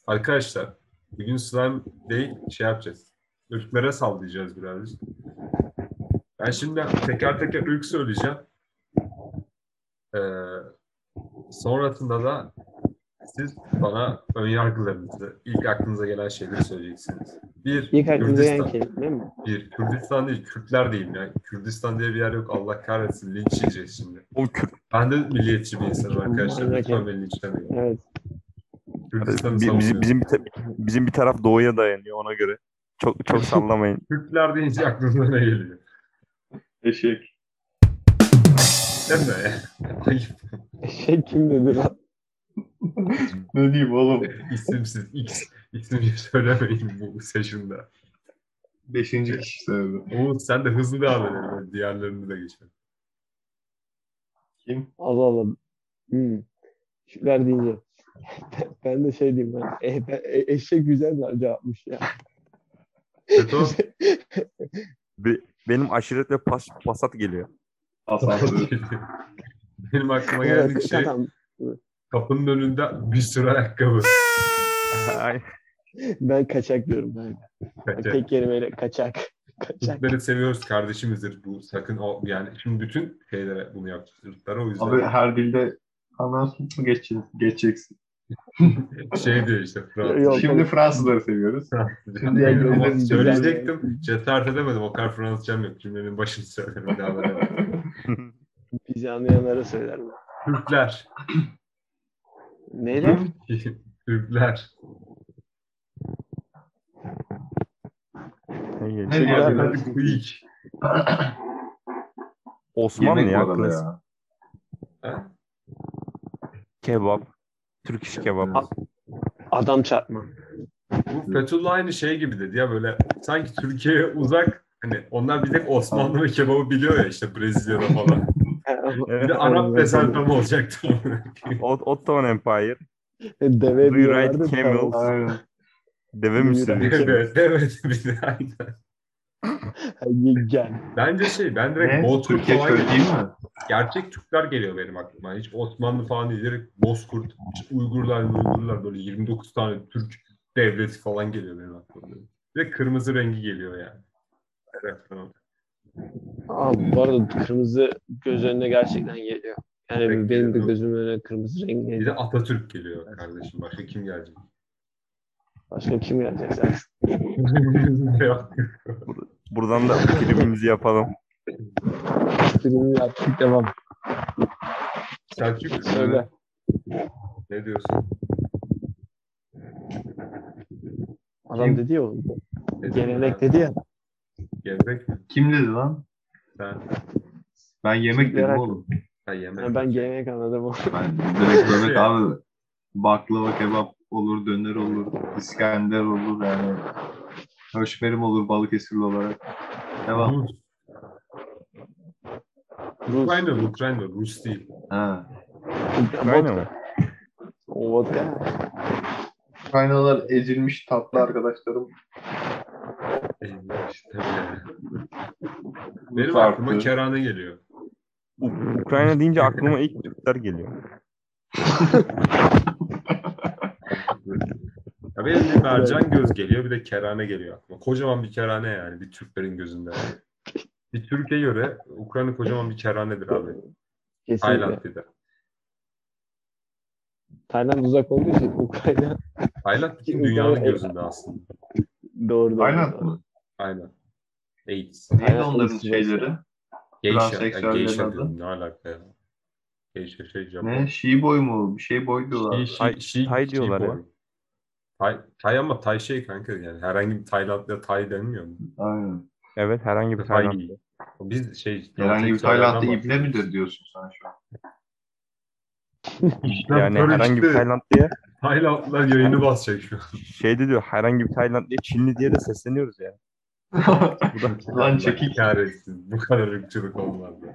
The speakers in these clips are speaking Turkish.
Arkadaşlar, bugün slime değil şey yapacağız. Irklara sallayacağız birazcık. Ben şimdi teker teker ırk söyleyeceğim. Ee, sonrasında da siz bana ön yargılarınızı, ilk aklınıza gelen şeyleri söyleyeceksiniz. Bir, İlk aklınıza gelen Kürdistan. kelime değil mi? Bir, Kürdistan değil, Kürtler diyeyim ya. Kürdistan diye bir yer yok. Allah kahretsin, linç yiyeceğiz şimdi. O Kürt, Ben de milliyetçi bir insanım arkadaşlar. Manyak Lütfen herif. beni linçlemeyin. Evet. Kürdistan'ı bizim, savunuyorum. bizim bir taraf doğuya dayanıyor ona göre. Çok sallamayın. Kürtler deyince aklınıza ne geliyor? Eşek. Değil mi ya? Ayıp. Eşek kim dedi lan? Ne diyeyim oğlum? İsimsiz isim söylemeyin bu session'da. Beşinci kişi söyledi. Umut sen de hızlı devam edelim. Diğerlerini de geçelim. Kim? Allah Allah. Şükler deyince. Ben de şey diyeyim ben. Eşek güzel bir cevapmış ya. Beto? Benim aşiret ve pasat geliyor. Asansör. Benim aklıma gelen ilk şey Tamam. kapının önünde bir sürü ayakkabı. Ay, Ben kaçak diyorum ben. Kaçak. Tek kelimeyle kaçak. Kaçak. Türkleri seviyoruz, kardeşimizdir bu. Sakın o yani şimdi bütün şeylere bunu yapacağız. Irklara o yüzden. Abi her dilde anonsuz mu geçeceksin? Şey diyor işte Fransız. Yok. Şimdi Fransızları seviyoruz. Şimdi Ya, İngilizleri Ama güzel. söyleyecektim. Cesaret edemedim. O kadar Fransızcam yok. Cümlenin başını söylerim. Devam edelim. Bizi anlayanlara söyler bu. Türkler. Neyle? Türkler. ne geliyor? Ne Türkler diyor? Hadi bu ilk. Osmanlı Yemek ya. bu arada Klasik. ya. Ha? Kebap. Türk iş kebabı. Adam çarpma. Bu Fethullah aynı şey gibi dedi ya böyle sanki Türkiye'ye uzak hani onlar bir tek Osmanlı ve kebabı biliyor ya işte Brezilya'da falan. Bir de Arap desen tam olacaktı. Ottoman Empire. Deve Do you diyorlardı. ride camels? Aynen. Deve mi sürüyor? Evet, evet bir de aynen. Gel. Bence ben direkt Ne? Bozkurt Türkiye falan köy değil mi? gerçek Türkler geliyor benim aklıma. Hiç Osmanlı falan değil. Direkt Bozkurt, Uygurlar böyle 29 tane Türk devleti falan geliyor benim aklıma. Ve kırmızı rengi geliyor yani. Evet, tamam. Abi, bu arada kırmızı göz önüne gerçekten geliyor. Yani Renk benim de geliyor. gözümün önüne kırmızı renk Bir de geliyor. Atatürk geliyor kardeşim. Başka kim gelecek? Başka kim gelecek sen? Yok. Buradan da filmimizi yapalım. Filmi yaptık devam. Selçuk Söyle. ne diyorsun? Adam dedi ya o. Ne Gelenek diyorsun dedi ya. abi? Gevrek mi? Kim dedi lan? Sen. Ben yemek dedim Türkler- oğlum. Ha, yemek. Yani ben gelenek anladım o. Ben direkt yemek abi. Baklava, kebap olur, döner olur, İskender olur yani. Höşmerim olur Balıkesirli olarak. Devam. Rus. Ukrayna. Rus değil. Ha. Aynen mi? O vodka. Ukraynalılar ezilmiş tatlı arkadaşlarım. İşte böyle. Benim Farklı. aklıma kerane geliyor. Ukrayna deyince aklıma ilk Türkler geliyor. Ya benim bir mercan göz geliyor, bir de kerane geliyor aklıma. Kocaman bir kerane yani bir Türklerin gözünde. Bir Türkiye göre Ukrayna kocaman bir keranedir abi. Kesinlikle. Tayland bir de. Tayland uzak olduğu için Ukrayna. Tayland bütün dünyanın gözünde aslında. Doğru. Tayland mı? Aynen. AIDS. Neydi Aynen, onların AIDS şeyleri? Geisha. Transseksüellerin Geisha adı? diyorum. Ne alaka ya? Geisha Japon. Ne? She boy mu? Bir şey boy diyorlar. Tay diyorlar ya. Tay ama Tay şey kanka yani herhangi bir Tayland'da Tay denmiyor mu? Aynen. Evet herhangi bir Tay. Taylandlı. Biz Herhangi bir Tayland'da ibne midir diyorsun sen şu an? Yani herhangi bir Taylandlıya Taylandlılar yayını basacak şu an. şeyde diyor herhangi bir Taylandlıya Çinli diye de sesleniyoruz ya. Lan çekik. Kahretsin. Bu kadar ırkçılık olmaz ya.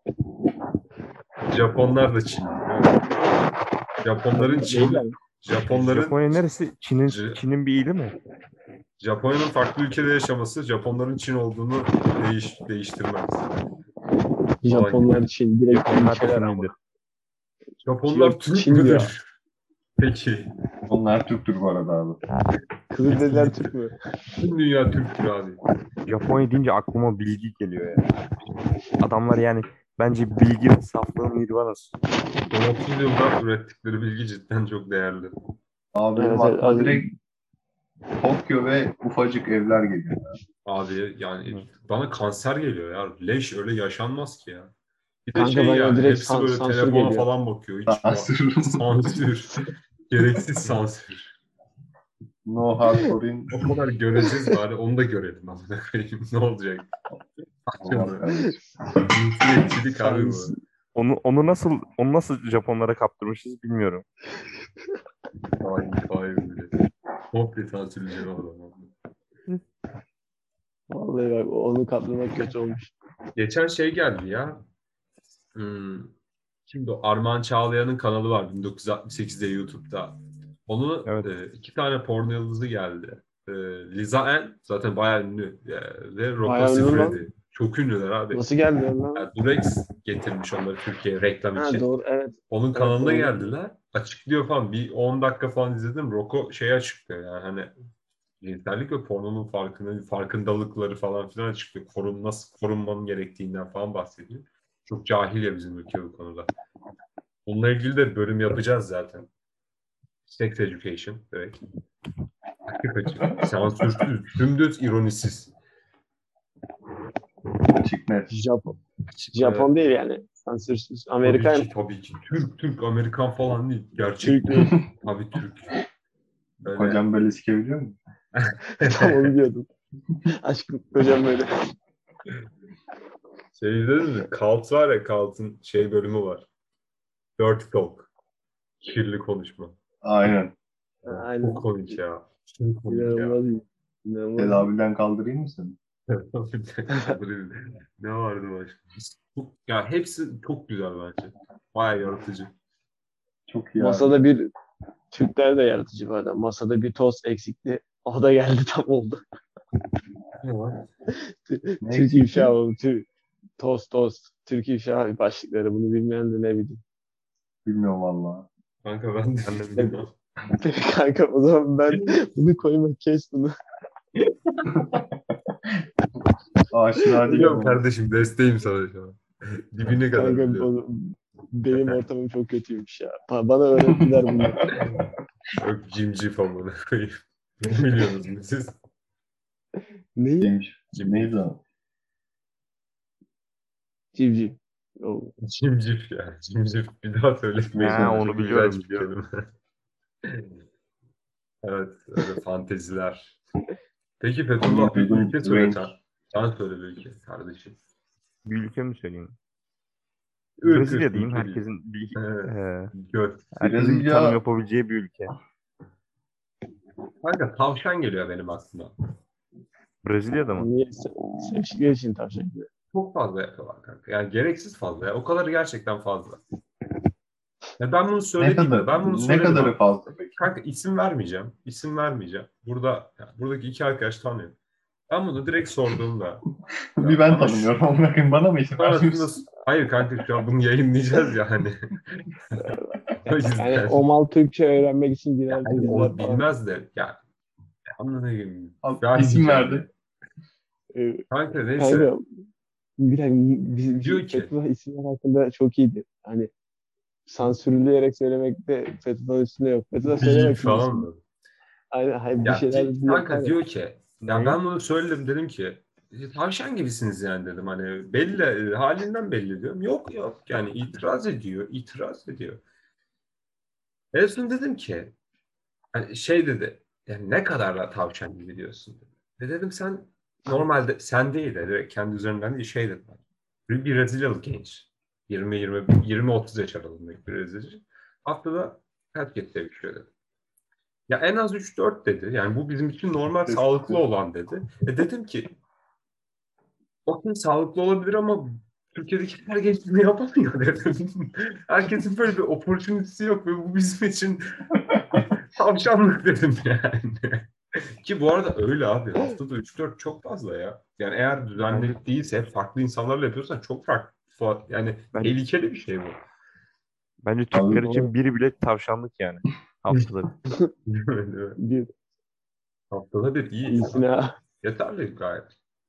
Japonlar da Çin. Japonların Çin. Japonya neresi? C- Çin'in bir ili mi? Japonya'nın farklı ülkede yaşaması Japonların Çin olduğunu değiştirmez. Japonlar için direkt Japonlar ülkeler ama. Çinlidir. Japonlar Yok, Türk Çin müdür? diyor. Peki. Onlar Türktür bu arada abi. Kızılderililer Türk mü? Tüm dünya Türktür abi. Japonya deyince aklıma bilgi geliyor ya. Adamlar yani bence bilgi ve saflığın nirvanası. Son 30 yılda ürettikleri bilgi cidden çok değerli. Abi benim Evet, evet, aklıma direkt Tokyo ve ufacık evler geliyor. Abi yani Hı. bana kanser geliyor ya. Leş öyle yaşanmaz ki ya. Bir de Kanka şey bana yani direkt hepsi böyle sansür telefona geliyor. falan bakıyor. Hiç Sansür. sansür. Gereksiz sansür. No hard foreign. O kadar göreceğiz bari onu da görelim. Amına koyayım. Ne olacak? Olmaz kardeşim. Cinsiyetçilik abi bu. Sansür. Onu nasıl Japonlara kaptırmışız bilmiyorum. Vay böyle. Komple sansürleyeceğim adamı. Vallahi bak onu kaplamak kötü olmuş. Geçen şey geldi ya. Şimdi o Armağan Çağlayan'ın kanalı var 1968'de YouTube'da. Onun Evet. 2 tane porno yıldızı geldi. Liza Ann zaten bayağı ünlü ve Rocco Bayağı ünlü lan. Siffredi. Çok ünlüler abi. Nasıl geldi lan? Yani Durex getirmiş onları Türkiye'ye reklam Ha için. doğru, evet. Onun Evet, kanalına doğru. geldiler. Açıklıyor falan. Bir 10 dakika falan izledim. Rocco şeyi açıklıyor yani hani cinsellik ve pornonun farkındalıkları falan filan açıklıyor. Nasıl korunmanın gerektiğinden falan bahsediyor. Çok cahil ya bizim ülke bu konuda. Bununla ilgili de bölüm yapacağız zaten. Sex Education direkt. Açık açık. Sansürsüz, dümdüz ironisiz. Açık net. Japon. Japon değil yani. Sansürsüz. Amerikan Tabii ki. Türk, Amerikan falan değil. Gerçek. Türk değil. Tabii Türk. Öyle. Kocam böyle sikebiliyor mu? Tam onu diyordum. Aşkım kocam böyle. Şey izledin mi? Cult var ya, Cult'ın şey bölümü var. Dirty Talk. Kirli konuşma. Aynen. Aynen. Çok komik ya. Çok komik ya. İnanılmaz iyi. İnanılmaz iyi. Tedavülden kaldırayım mı seni? Ne vardı başka? Ya hepsi çok güzel bence. Bayağı yaratıcı. Çok iyi abi. Masada bir Türkler de yaratıcı bu arada. Masada bir tost eksikti. O da geldi, tam oldu. Ne var? Ne Türk eksikti? ifşa oldu. Tost. Türk ifşa başlıkları. Bunu bilmeyen de ne bileyim. Bilmiyorum valla. Kanka ben de bilmiyorum. Kanka o zaman ben bunu koyma, kes bunu. Aşina değilim. Biliyorum kardeşim, desteğim sana şu an. Dibine kadar Kanka biliyorum. benim ortamım çok kötüymüş ya. Bana öğrettiler bunu. Yok cimci falan koyayım. Biliyorsunuz mu siz? Neyi? Neymiş? Neydi o? Civciv. Oo. Cimcif ya. Cimcif. Bir daha söyletmeyin. Ha, Çok onu biliyorum, iğrenç bir biliyorum. kelime. Evet. Öyle fanteziler. Peki Fethullah bir Uygun ülke söyle renk. sen söyle bir ülke kardeşim. Bir ülke mi söyleyeyim? Irk Brezilya diyeyim. ülke değil. Herkesin Göt. herkesin bir Brezilya- tanım yapabileceği bir ülke. Kanka tavşan geliyor benim aklıma. Brezilya'da mı? Niye? Sevşikler için tavşan gibi. Çok fazla yapıyorlar kanka. Yani gereksiz fazla ya. O kadarı gerçekten fazla. Ya ben bunu Ne söyleyeyim mi? kadar, Ben bunu ne söyledim kadarı abi. fazla peki? Kanka isim vermeyeceğim. İsim vermeyeceğim. Buradaki 2 arkadaş tanıyor. Ben bunu direkt sorduğumda Bir ben bana tanımıyorum. Amına koyayım, bana mı isim sonrasında vermiyorsun? hayır kanka şu an bunu yayınlayacağız ya hani. O yüzden. Yani o mal Türkçe öğrenmek için giren Yani kızlar o falan. bilmez de ya anladın Abi, mı? isim verdi. Kanka neyse. Kanka bir dakika, Diyor ki- Fethullah isimler hakkında çok iyiydi. Hani sansürleyerek söylemekte Fethullah'ın üstünde yok. Fethullah Değil söylemek falan mı? Aynen, hayır, bir Ya şeyler yapar kanka ya. diyor ki ya Ne? ben bunu söyledim dedim ki tavşan gibisiniz yani dedim hani belli halinden belli diyorum. Yok yani itiraz ediyor. En son dedim ki hani şey dedi yani ne kadar da tavşan gibi diyorsun dedi. Ve dedim sen normalde sen değil de direkt kendi üzerinden değil şey dedim. Bir Brezilyalı genç 20-30 yaş aralığındaki bir Brezilyalı haftada kaç kez sevişiyor dedi. Ya en az 3-4 dedi. Yani bu bizim için normal, sağlıklı olan dedi. Dedim ki okey sağlıklı olabilir ama Türkiye'deki her genç bunu yapamıyor dedim. Herkesin böyle bir opportunity'si yok ve bu bizim için tavşanlık dedim yani. Ki bu arada öyle abi. Haftada 3-4 çok fazla ya. Yani eğer düzenli değilse, farklı insanlarla yapıyorsan çok farklı. Yani Ben- tehlikeli bir şey bu. Bence Türkler Abi, için biri bile tavşanlık yani. Haftada. Evet. Bir Haftada bir iyi. iyisin ha. Yeterli gayet.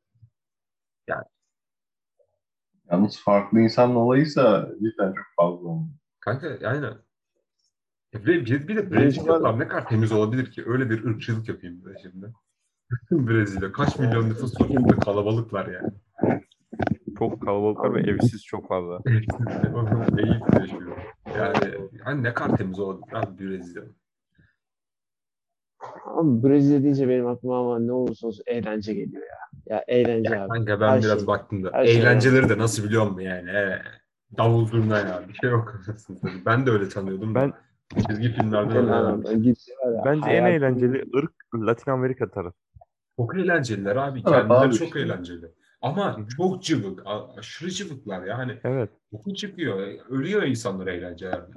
Yalnız farklı insan olayıysa cidden çok fazla olmuş. Kanka aynen. Bir de Benimki var. Brezilyalılar ne kadar temiz olabilir ki? Öyle bir ırkçılık yapayım da şimdi. Brezilya. Kaç milyon nüfus var? Çok da kalabalıklar yani. Çok kalabalıklar ve evsiz çok fazla. Eğitim yaşıyor. Yani hani ne kadar temiz olabilir abi Brezilya. Ama Brezilya deyince benim aklıma ama ne olursa olsun eğlence geliyor ya. Ya eğlence abi. Kanka ben Her biraz şey. baktım da Her şey eğlenceleri var. de nasıl biliyor musun yani? Davul zurna ya. Bir şey yok. Anasını satayım. Ben de öyle sanıyordum da. Ben Çizgi filmlerden Senin öğrendim. anlamda git var ya, bence en hayatın eğlenceli ırk Latin Amerika tarafı. Çok eğlenceliler abi. Taraf Kendileri abi çok işte. eğlenceli. Hı Ama hı. çok cıvık. Aşırı cıvıklar ya. Hani Evet. koku çıkıyor. Ölüyor insanlar eğlencelerde.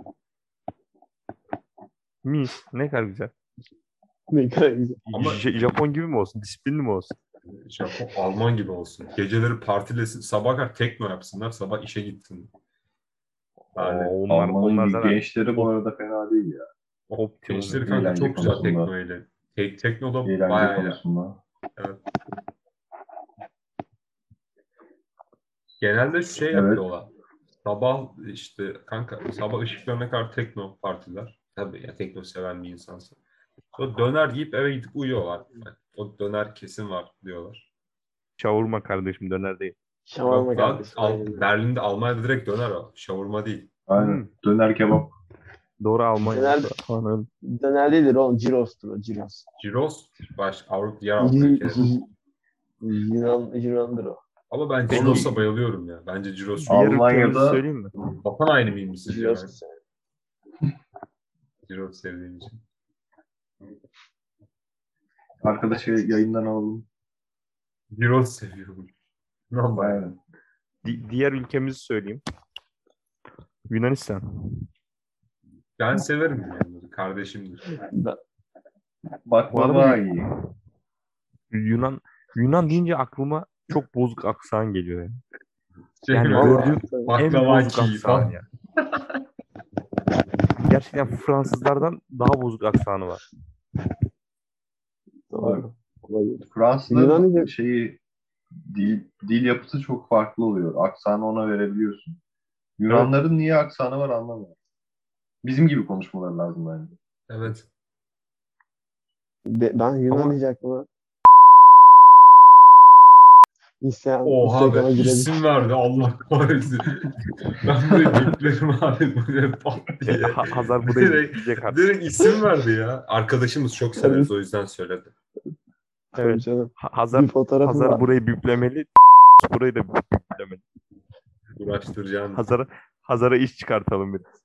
Mis. Ne kadar güzel. ne kadar güzel. Ama Japon gibi mi olsun? Disiplinli mi olsun? Japon, Alman gibi olsun. Geceleri partilesin. Sabah kadar tekno yapsınlar. Sabah işe gitsin. Yani Onlar Alman'ın zaten gençleri bu arada fena değil ya. optimum. gençleri kanka Eğlence çok güzel konusunda. tekno ile. Teknoda Eğlence bayağı iyi. konusunda. Evet. Genelde şu şey Evet. yapıyorlar. Sabah işte kanka sabah ışıklarına kadar tekno partiler. Tabii ya tekno seven bir insansın. Sonra döner yiyip eve gidip uyuyorlar. Yani o döner kesin var diyorlar. Şavurma kardeşim, döner değil. Şavarma Yok lan kardeşim. Aynen öyle. Berlin'de Almanya'da direkt döner o. Şavurma değil. Aynen. Döner kebap. Doğru, Almanya'da Döner, falan öyle. döner değildir oğlum. Ciros'tur o. Ciros. Gyros diğer Avrupa ülkeleri. Yunan'dır o. Ama ben Peki Gyros'a bayılıyorum ya. Bence Gyros çok diğer iyi. ülkemizi Almanya'da söyleyeyim mi? Vatan haini miyim mi sizce ben? Ciros. Gyros sevdiğim için. arkadaşı yayından alalım. Gyros seviyorum. Lan bayağı. Aynen. Diğer ülkemizi söyleyeyim. Yunanistan. Ben severim Yunanları. Kardeşimdir. Ben- Bu arada Baklava iyi. Yunan deyince aklıma çok bozuk aksan geliyor ya. Şey Yani mi? gördüğüm en Baklava bozuk ki aksan falan. ya. Gerçekten Fransızlardan daha bozuk aksanı var. Doğru. Olabilir. Fransızların Yunan şeyi dil yapısı çok farklı oluyor. Aksanı ona verebiliyorsun. Yunanların niye aksanı var anlamıyorum. Bizim gibi konuşmaları lazım bence. Evet. Ben Yunan Ama- deyince aklıma Oha Instagram'a be girelim. isim verdi Allah kahretsin. Ben burayı biplerim abi buraya pat diye. Hazar burayı Direkt, bipleyecek artık. direkt isim verdi ya. Arkadaşımız çok severiz o yüzden söyledi. Tabii Evet. canım. Hazar, Bir fotoğrafı Hazar var. burayı biplemeli. Burayı da biplemeli. Uğraştıracağım. Hazar'a iş çıkartalım biraz.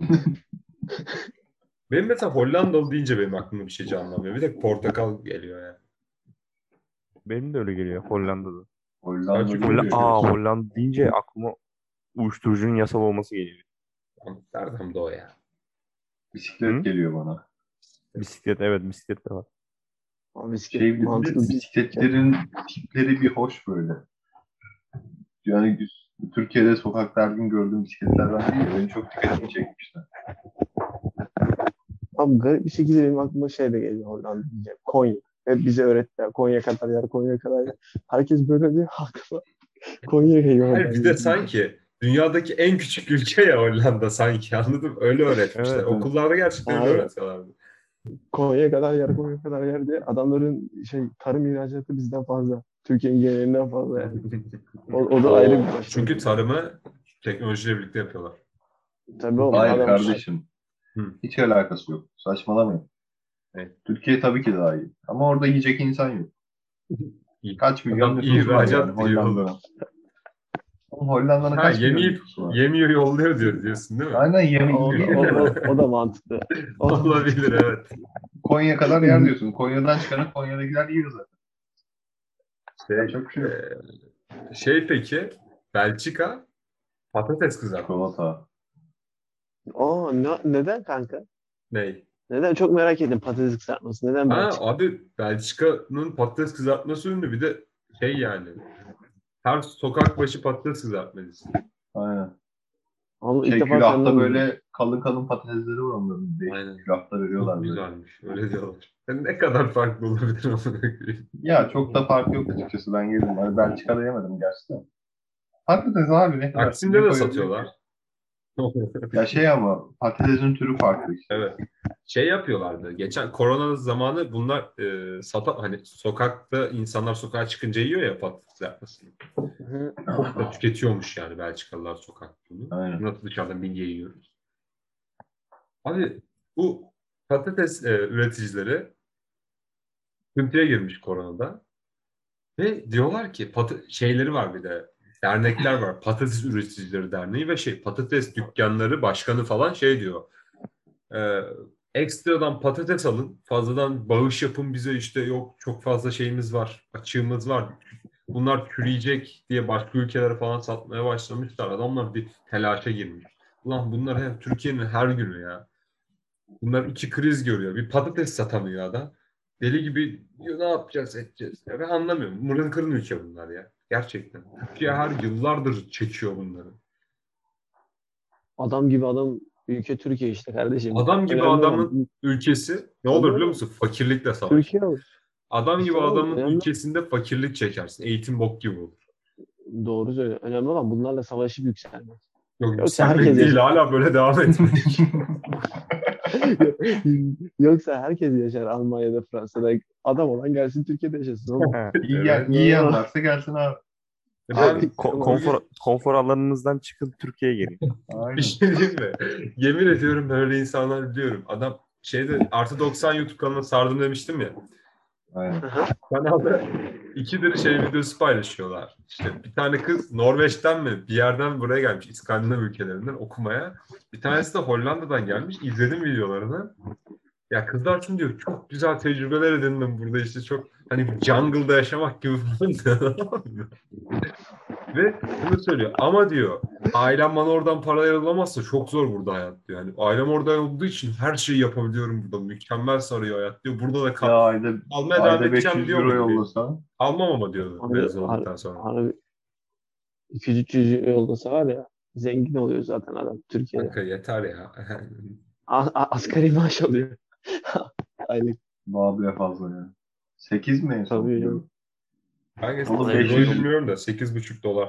Benim mesela Hollandalı deyince benim aklıma bir şey canlanmıyor. Bir de portakal geliyor ya. Benim de öyle geliyor Hollanda'da. Hollanda Selçuk değil Hollanda. mi? Hollanda deyince aklıma uyuşturucunun yasal olması geliyor. Amsterdam'da o ya. Bisiklet Hı? geliyor bana. Bisiklet, evet, bisiklet de var. Ama bisiklet Bir de mantıklı bir bisikletlerin tipleri bir hoş böyle. Yani Türkiye'de sokakta her gün gördüğüm bisikletlerden değil. Beni çok dikkatimi çekmişti. Ama garip bir şekilde benim aklıma şey de geliyor Hollanda deyince. Konya. Hep bize öğrettiler. Konya kadar yer, Konya kadar yer. Herkes böyle diyor. Aklıma Konya geliyor. Hayır Hollanda bir de deyince. sanki dünyadaki en küçük ülke ya Hollanda sanki anladın mı? Öyle öğretmişler. Evet. Okullarda gerçekten öyle Hayır. öğretiyorlardı. Konya kadar yer, Konya kadar yer diye adamların tarım ihracatı bizden fazla. Türkiye'nin genelinden fazla yani. O da ayrı bir başlık. Çünkü tarımı teknolojiyle birlikte yapıyorlar. Tabii oğlum Hayır adam kardeşim. Hı. Hiç alakası yok. Saçmalamayın. Evet. Türkiye tabii ki daha iyi. Ama orada yiyecek insan yok. Kaç milyon Adam nüfus var yani ihracat diyor. Hollanda'nın. Oğlum Hollanda'nın Ha kaç milyon yemeyip nüfusu var? yemiyor yolluyor diyorsun değil mi? Aynen o, o da mantıklı. O da Olabilir evet. Konya kadar yer diyorsun. Konya'dan çıkanı Konya'dakiler yiyor zaten. Yapacak bir şey yok. Şey peki Belçika patates kızartması. Çikolata. Neden kanka? Ney? Neden? Çok merak ettim patates kızartması. Neden Ha Belçika? abi Belçika'nın patates kızartması ünlü bir de şey yani her sokak başı patates kızartması. Aynen. Onu ilk defa Külahta senden duydum. böyle kalın kalın patatesleri var onların. Aynen. Değişik külahta veriyorlar Çok böyle. güzelmiş. Öyle diyorlar. Ne kadar farklı olabilir amına koyayım. Ya çok da farkı yok açıkçası. Ben yedim. Hani Belçika'da yemedim gerçi de. Patates abi ne kadar Taksim'de de sıcak satıyorlar. Ya şey ama patatesin türü farklı işte. Evet. Şey yapıyorlardı. Geçen korona zamanı bunlar hani sokakta insanlar sokağa çıkınca yiyor ya patates yapmasını. Hı. Çok da tüketiyormuş yani Belçikalılar sokakta bunu. Aynen. Nasıl dışarıdan midye yiyoruz. Abi bu patates üreticileri sıkıntıya girmiş koronada. Ve diyorlar ki şeyleri var bir de dernekler var. Patates Üreticileri Derneği ve patates dükkanları başkanı falan şey diyor. E, ekstradan patates alın. Fazladan bağış yapın bize işte yok çok fazla şeyimiz var. Açığımız var. Bunlar çürüyecek diye başka ülkelere falan satmaya başlamışlar. Adamlar bir telaşa girmiş. Ulan bunlar hem Türkiye'nin her günü ya. Bunlar iki kriz görüyor. Bir patates satamıyor adam. Deli gibi diyor, ne yapacağız edeceğiz. Ya ben anlamıyorum. Mırın kırın ülke bunlar ya. Gerçekten. Türkiye her yıllardır çekiyor bunları. Adam gibi adam ülke Türkiye işte kardeşim. Adam gibi Önemli olan adamın ülkesi ne tabii olur biliyor oğlum. musun? Fakirlikle savaşır. Türkiye o. Adam gibi İşte oğlum, adamın önemli. ülkesinde fakirlik çekersin. Eğitim bok gibi olur. Doğru söylüyor. Önemli olan bunlarla savaşıp yükselmek. Yok Yoksa yükselmek herkes değil yaşar. hala böyle devam etmek. Yoksa herkes yaşar Almanya'da, Fransa'da. Adam olan gelsin Türkiye'de yaşasın oğlum. Ha. Evet. İyi yan varsa gelsin abi. Ben Konfor alanınızdan çıkın Türkiye'ye gelin. bir Aynen. şey diyeyim mi? Yemin ediyorum böyle insanlar biliyorum. Adam artı 90 YouTube kanalına sardım demiştim ya. Aynen. Kanalda ikidir videosu paylaşıyorlar. İşte bir tane kız Norveç'ten mi bir yerden buraya gelmiş İskandinav ülkelerinden okumaya. Bir tanesi de Hollanda'dan gelmiş. İzledim videolarını. Ya kızlar şunu diyor çok güzel tecrübeler edindim burada işte çok hani jungle'da yaşamak gibi falan diyor. Ve bunu söylüyor ama diyor ailem bana oradan para yollamazsa çok zor burada hayat diyor. Yani ailem orada olduğu için her şeyi yapabiliyorum burada. Mükemmel sarıyor hayat diyor. Burada da Ya almaya devam ayda edeceğim 500 diyor euro muydu? yollasa. Almam ama diyordu Harbi, mezun olduktan sonra. harbi 200-300 yoldasa var ya zengin oluyor zaten adam Türkiye'de. Kanka yeter ya. Asgari maaş alıyor. Aylık. Daha bile fazla ya. 8 mi en son? Tabii Euro? canım. Hangisi? Oğlum Euro'yu 500 bilmiyorum da $8,5.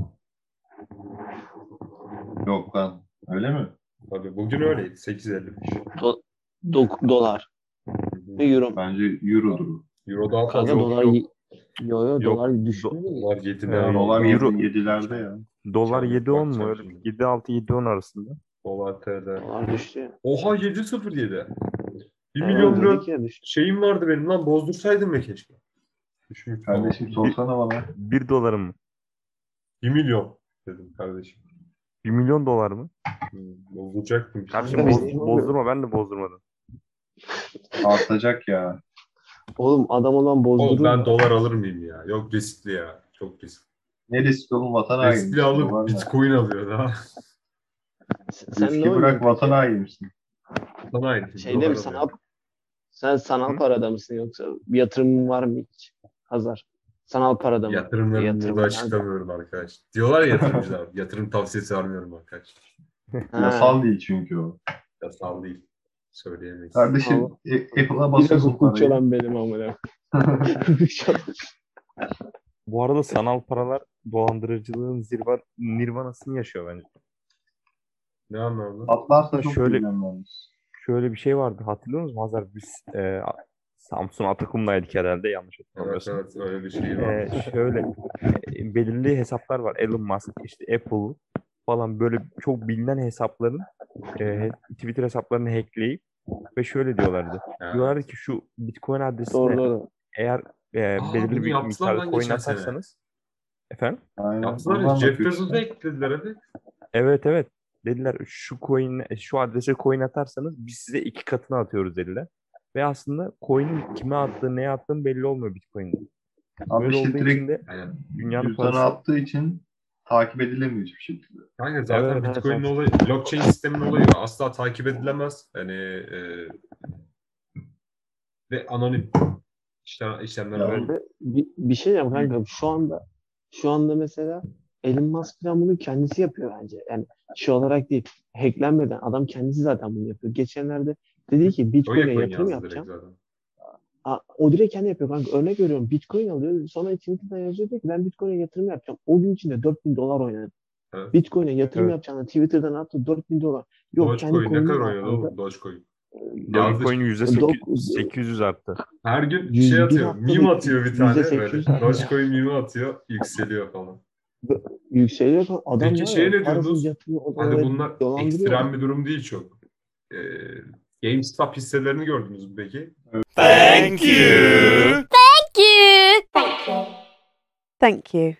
Yok lan. Öyle mi? Tabii bugün öyleydi. 8,55. Dolar. Bir euro. Bence eurodur. o. Euro daha Kanka fazla. dolar Yok. yo Yok, dolar düşmedi mi? Dolar 7 Ee, Dolar Euro- 7'lerde ya. Dolar Çabuk 7-10 mu? bakacağım Öyle şimdi. 7-6-7-10 arasında. Dolar TL. Dolar düştü ya. Oha 7,07. 1 Evet, milyon lira dedik ya düştü. şeyim vardı benim lan bozdursaydım ya keşke. Düşmüş Kardeşim falan. sorsana bana. 1 dolar mı? 1 milyon dedim kardeşim. 1 milyon dolar mı? Bozduracaktım. Kardeşim Kanka biz değil mi bozdurma, ben de bozdurmadım. Artacak ya. Oğlum adam olan Oğlum bozdurur ben mu? dolar alır mıyım ya? Yok riskli ya. Çok riskli. Ne risk oğlum vatan Riskli hainmişsin. alıp Dolar ne? Bitcoin alıyor daha. Sen ne Riski oynuyorsun bırak peki? vatan hainmişsin. Sana aynı. Şeyde mi sen sanal Hı? parada mısın yoksa bir yatırımın var mı hiç? Hazar. Sanal parada mı? Yatırımlarımı burada açıklamıyorum arkadaş. Diyorlar ya yatırımcılar. Yatırım tavsiyesi vermiyorum arkadaş. Ha. Yasal değil çünkü o. Yasal değil. Söyleyemeyiz. Kardeşim Allah. Apple'a Biraz basıyorsun hukukçu parayı. olan benim amına. Bu arada sanal paralar dolandırıcılığın nirvanasını yaşıyor bence. Ne anlamda? Atlarsa çok Şöyle- güvenmemiz. Şöyle bir şey vardı, hatırlıyor musun Hazar? Biz Samsun Atakum'daydık herhalde, yanlış Evet hatırlamıyorsam. evet öyle bir şey var. Şöyle belirli hesaplar var. Elon Musk, işte Apple falan, böyle çok bilinen hesapların Twitter hesaplarını hackleyip ve şöyle diyorlardı. Ya. Diyorlardı ki şu Bitcoin adresine Doğru doğru. eğer Aa, belirli bunu bir yaptılar miktarda lan coin geçen sene. atarsanız efendim? Aynen. Yaptılar Onu ya. Jeff anlatıyor Bezos'u işte. eklediler evet. Evet, dediler şu adrese coin atarsanız biz size 2 katını atıyoruz dediler. Ve aslında coin'in kime attığı, neye attığını belli olmuyor Bitcoin'de. Abi Böyle işte olduğu direkt için de Aynen. dünyanın cüzdana parası. attığı için takip edilemiyor hiçbir şekilde. Kanka zaten Evet, Bitcoin'in evet. olayı, blockchain sistemin olayı asla takip edilemez. Hani ve anonim işlemler Ya anonim. Bir şey diyeceğim kanka. Şu anda mesela Elon Musk falan bunu kendisi yapıyor bence. Yani şey olarak değil. Hacklenmeden. Adam kendisi zaten bunu yapıyor. Geçenlerde dedi ki Bitcoin'e Dogecoin yatırım yazdı direkt yapacağım. zaten. O direkt kendi yapıyor kanka. Örnek veriyorum. Bitcoin alıyor. Sonra Twitter'dan yazıyor diyor ki ben Bitcoin'e yatırım yapacağım. O gün içinde 4.000 dolar oynadı. Evet. Bitcoin'e yatırım Evet. yapacağını Twitter'dan attı 4.000 dolar. Yok kendi Dogecoin ne kadar coin'i var oynadı kanka. oğlum Dogecoin? Yazdı Dogecoin %800 arttı. her gün şey 101 atıyor. haftada Meme atıyor bir tane böyle. %800 arttı. Dogecoin meme atıyor. Yükseliyor falan. Yükseliyor. Adam Peki var şeye ya ne parasını diyorsunuz? yatırıyor. Hadi Oraları bunlar dolandırıyor. ekstrem bir durum değil çok. Ee, GameStop hisselerini gördünüz mü peki? Thank you. Thank you. Thank you.